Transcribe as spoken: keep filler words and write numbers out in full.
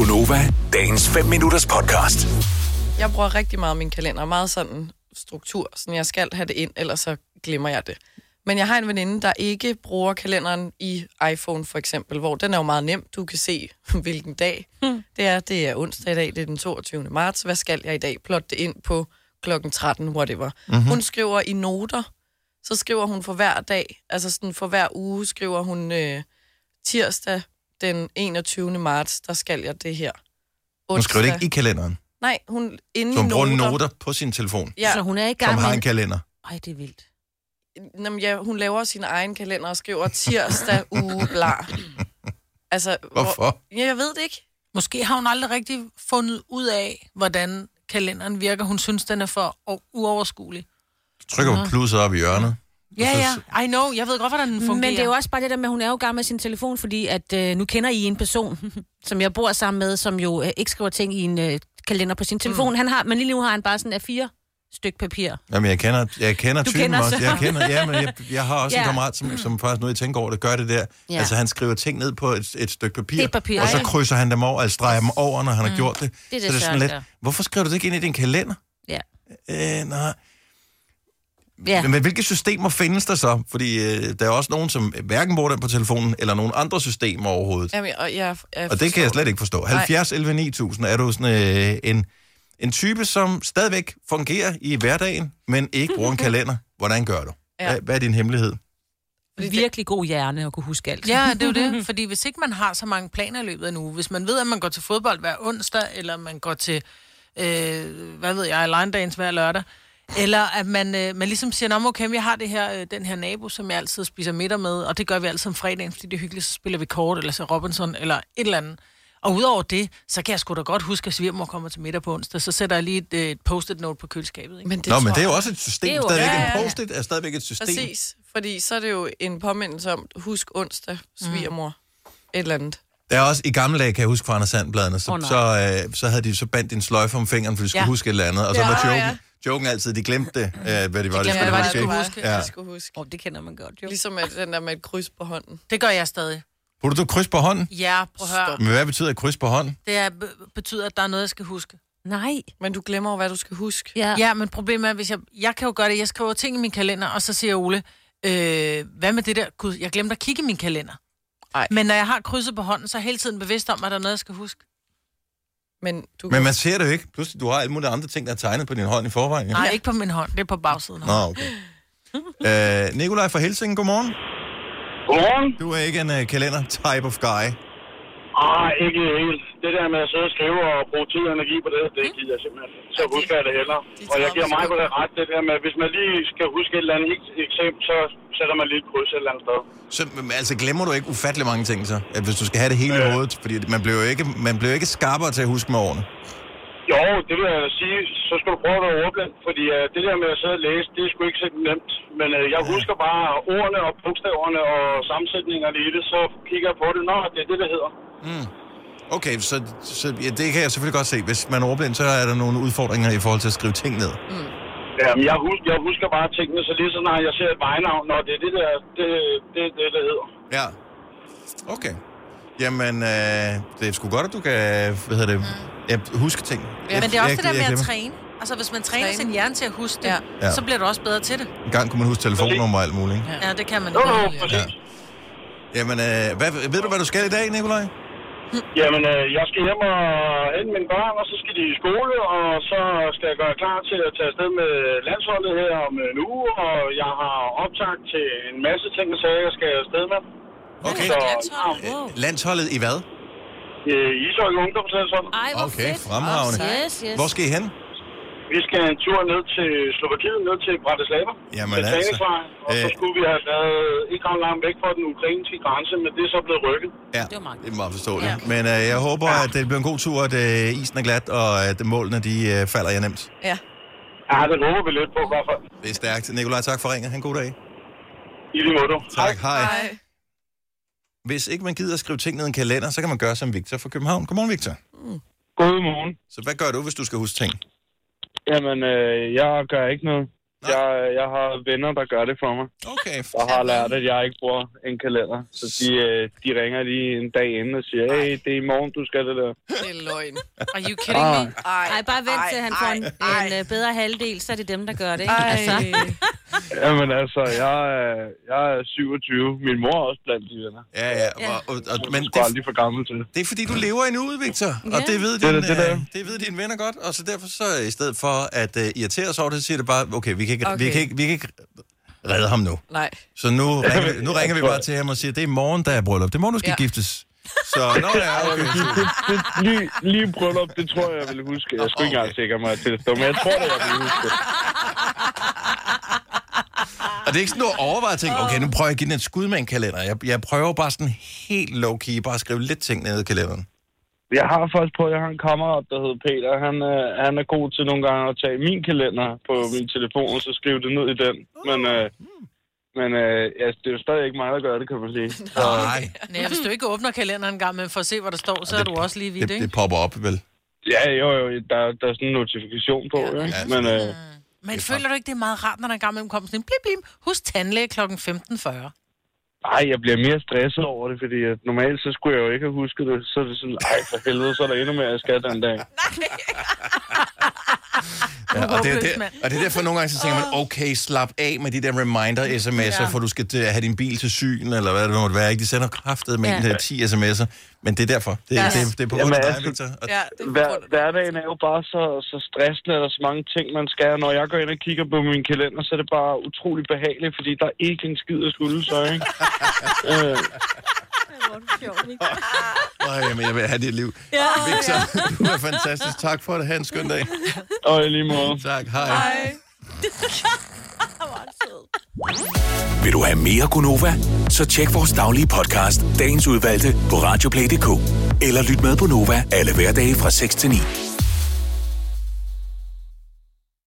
Gunova, dagens fem minutters podcast. Jeg bruger rigtig meget min kalender, meget sådan struktur, så jeg skal have det ind, ellers så glemmer jeg det. Men jeg har en veninde, der ikke bruger kalenderen i iPhone for eksempel, hvor den er jo meget nem. Du kan se, hvilken dag hmm. det er. Det er onsdag i dag, det er den toogtyvende marts. Hvad skal jeg i dag? Plot det ind på klokken tretten, whatever. Mm-hmm. Hun skriver i noter, så skriver hun for hver dag, altså sådan for hver uge skriver hun øh, tirsdag den enogtyvende marts, der skal jeg det her. Onsdag. Hun skriver det ikke i kalenderen? Nej, hun inde så hun i bruger noter. noter på sin telefon? Ja. Så hun er i gang som med... har en kalender? Ej, det er vildt. Jamen, ja, hun laver sin egen kalender og skriver tirsdag, uge, bla. Altså, hvorfor? Hvor, ja, jeg ved det ikke. Måske har hun aldrig rigtig fundet ud af, hvordan kalenderen virker. Hun synes, den er for uoverskuelig. Du trykker på plusset op i hjørnet. Ja, ja. I know. Jeg ved godt, hvordan den fungerer. Men det er jo også bare det der med, at hun er jo gang med sin telefon, fordi at øh, nu kender I en person, som jeg bor sammen med, som jo øh, ikke skriver ting i en øh, kalender på sin telefon. Mm. Han har, men lige nu har han bare sådan A fire stykke papir. Jamen, jeg kender, jeg kender typen kender også. så. Jeg kender, ja, men jeg, jeg har også ja. en kammerat, som, som faktisk nu, jeg tænker over det, gør det der. Ja. Altså, han skriver ting ned på et, et stykke papir, det er papir, og så ja. krydser han dem over, eller streger dem over, når han mm. har gjort det. Det er det, så det er sådan lidt, hvorfor skriver du det ikke ind i din kalender? Ja. Øh, nej. Ja. Men hvilke systemer findes der så? Fordi øh, der er også nogen, som hverken bruger den på telefonen, eller nogen andre systemer overhovedet. Jamen, og, jeg, jeg og det kan jeg slet ikke forstå. halvfjerds elleve ni tusind, er du sådan øh, en, en type, som stadigvæk fungerer i hverdagen, men ikke bruger en kalender. Hvordan gør du? Ja. Hvad, hvad er din hemmelighed? Virkelig god hjerne at kunne huske alt. Ja, det er jo det. Fordi hvis ikke man har så mange planer i løbet af en uge, hvis man ved, at man går til fodbold hver onsdag, eller man går til, øh, hvad ved jeg, line dance hver lørdag, eller at man, øh, man ligesom siger, nå okay, jeg har det her, øh, den her nabo, som jeg altid spiser middag med, og det gør vi altid om fredagen, fordi det er hyggeligt, så spiller vi kort, eller så Robinson, eller et eller andet. Og udover det, så kan jeg sgu da godt huske, at svigermor kommer til middag på onsdag, så sætter jeg lige et, et post-it note på køleskabet. Ikke? Men det Nå, men jeg... det er jo også et system. Det er jo... Stadigvæk ja, ja, ja. en post-it er stadigvæk et system. Præcis, fordi så er det jo en påmindelse om, husk onsdag, svigermor, mm. et eller andet. Der er også, i gamle dage, kan jeg huske fra Anders Sandbladene, så, Oh, så, øh, så havde de så bandt en sløjfe om fingeren, for de skulle ja. huske et eller andet, og så Ja, var joken, ja. joken altid, de glemte det, øh, hvad de var, de, Ja, skulle det var, de huske. skulle huske. Ja. De skulle huske. Oh, det kender man godt, jo. Ligesom at den der med et kryds på hånden. Det gør jeg stadig. Putter du kryds på hånden? Ja, prøv at høre. Men hvad betyder et kryds på hånden? Det er, betyder, at der er noget, jeg skal huske. Nej. Men du glemmer jo, hvad du skal huske. Ja. Ja, men problemet er, hvis jeg... Jeg kan jo gøre det, jeg skriver ting i min kalender, og så siger Ole, øh, hvad med det der? Gud, jeg glemte at kigge i min kalender. Ej. Men når jeg har krydset på hånden, så er jeg hele tiden bevidst om, at der er noget, jeg skal huske. Men, du Men man ser det jo ikke. Pludselig, du har alle mulige andre ting, der er tegnet på din hånd i forvejen. Ja? Nej, ikke på min hånd. Det er på bagsiden. Nå, okay. øh, Nikolaj fra Helsing, godmorgen. Godmorgen. Du er ikke en uh, kalender-type of guy. Ah, ikke helt. Det der med at sidde og skrive og bruge tid og energi på det, det gider jeg simpelthen. Så Ja, de- husker jeg det heller. de Og jeg giver tager mig på også det ret, det der med, at hvis man lige skal huske et eller andet ek- eksempel, så sætter man lige et kryds et eller andet sted. Så men, altså, glemmer du ikke ufattelig mange ting så? At hvis du skal have det hele i hovedet, fordi man bliver jo ikke, man bliver jo ikke skarpere til at huske med årene. Jo, det vil jeg sige, så skal du prøve at være ordblind, fordi uh, det der med at sidde og læse, det er sgu ikke så nemt. Men uh, jeg husker bare ordene og bogstaverne og sammensætningerne i det, så kigger jeg på det. Nå, det er det, det hedder. Mm. Okay, så, så ja, det kan jeg selvfølgelig godt se. Hvis man er ordblind, så er der nogle udfordringer i forhold til at skrive ting ned. Mm. Jamen, jeg, hus- jeg husker bare tingene, så lige så snart jeg ser et vejnavn, når det er det der, det er det, det, det hedder. Ja. Okay. Jamen, øh, det er sgu godt, at du kan, hvad hedder det, mm. ja, huske ting. Ja, men det er også det der med at træne. Altså, hvis man træner Træne. sin hjerne til at huske det, Ja. Ja. så bliver du også bedre til det. En gang kunne man huske telefonnummer og alt muligt, ikke? Ja, det kan man. Jo, jo, Ja. præcis. Ja. Jamen, øh, hvad, ved du, hvad du skal i dag, Nikolaj? Jamen, øh, jeg skal hjem og hente mine børn, og så skal de i skole, og så skal jeg gøre klar til at tage afsted med landsholdet her om en uge, og jeg har optagt til en masse ting, så jeg skal afsted med. Okay. Så, Wow. Landsholdet i hvad? øh, Ishøj Ungdomslandshold. Ej, hvor Okay, fedt. fremragende. Yes, yes. Hvor skal I hen? Vi skal en tur ned til Slovakiet, ned til Bratislava. Jamen til altså. træningslejr, og så Øh. skulle vi have været ikke ret langt væk fra den ukrainske grænse, men det er så blevet rykket. Ja, Det var meget det er meget forståeligt. Ja. Men øh, jeg håber, at det bliver en god tur, at øh, isen er glat, og at målene de, øh, falder jer nemt. Ja. Ja, det håber vi lidt på i hvert fald. Det er stærkt. Nikolaj, tak for ringet. Ha' en god dag. I lige måde. Tak, hej. Hej. Hvis ikke man gider at skrive ting ned i en kalender, så kan man gøre som Victor fra København. Godmorgen, Victor. Godmorgen. Så hvad gør du, hvis du skal huske ting? Jamen, øh, jeg gør ikke noget. Jeg, jeg har venner, der gør det for mig. Okay. Og har lært, at jeg ikke bruger en kalender. Så de, de ringer lige en dag inden og siger, hey, det er i morgen, du skal det der. Det er løgn. Are you kidding me? Ej, Nej, bare vent ej, til han får en, ej, en uh, bedre halvdel, så er det dem, der gør det, ikke? Ej. Altså. Jamen altså, jeg er, jeg er syvogtyve. Min mor er også blandt de venner. Ja, ja. Og, og, og, men Jeg det, er aldrig for gammel til det. det er fordi, du lever i nuet, Victor. Og Ja. det ved, Det er din, det, det er øh, det. det ved dine venner godt. Og så derfor så i stedet for at uh, irritere os over det, så siger det bare, okay, vi kan ikke, okay. Vi kan ikke, vi kan ikke redde ham nu. Nej. Så nu ringer, vi, nu ringer vi bare til ham og siger, det er i morgen, der er bryllup. Det er morgen, du skal Ja. giftes. Så, nå ja, okay. Det, det, lige, lige bryllup, det tror jeg, jeg ville huske. Jeg skulle ikke engang sikre mig til at stå, men jeg tror det, jeg ville huske det. Og det er ikke sådan noget overvejet ting. Okay, nu prøver jeg at give den et skud med en kalender. Jeg, jeg prøver bare sådan helt low-key, bare at skrive lidt ting ned i kalenderen. Jeg har faktisk på, jeg har en kammerat, der hedder Peter. Han, øh, han er god til nogle gange at tage min kalender på min telefon, og så skrive det ned i den. Men, øh, men øh, ja, det er jo stadig ikke mig, der gør det, kan man sige. Så, Nej, Nej, hvis du ikke åbner kalenderen en gang, men for at se, hvad der står, så er du også lige vidt, det, ikke? det popper op, vel? ja, jo, jo, der, der er sådan en notifikation på, ja. Ikke? Ja, Men øh, Men føler du ikke, det er meget rart, når der en gang imellem kommer sådan en blip, blip, husk tandlæge klokken femten fyrre? ej, jeg bliver mere stresset over det, fordi at normalt så skulle jeg jo ikke have husket det. Så er det sådan, ej for helvede, så er der endnu mere, jeg skal den dag. Ja, og, det er Håbløst, der, mand. og det er derfor nogle gange, så tænker man, okay, slap af med de der reminder-sms'er, ja. For du skal øh, have din bil til syn, eller hvad det måtte være. Ikke? De sender kraftet med Ja. ja. ti sms'er, men det er derfor. Det, Ja. ja. det, det er på grund Jamen, af dig, altså, Victor. Og, Ja, det er Hver, på grund af- hverdagen er jo bare så, så stressende, og der er så mange ting, man skal. Når jeg går ind og kigger på min kalender, så er det bare utrolig behageligt, fordi der er ikke en skid at skulle, så ikke? øh, Øj, jamen, jeg vil have dit liv. Ja, Victor, du er fantastisk. Tak for det. Ha' en skøn dag. og i lige måde. Tak, hej. hej. Vil du have mere Gunova? Så tjek vores daglige podcast, dagens udvalgte, på radioplay punktum d k. Eller lyt med på Nova alle hverdage fra seks til ni.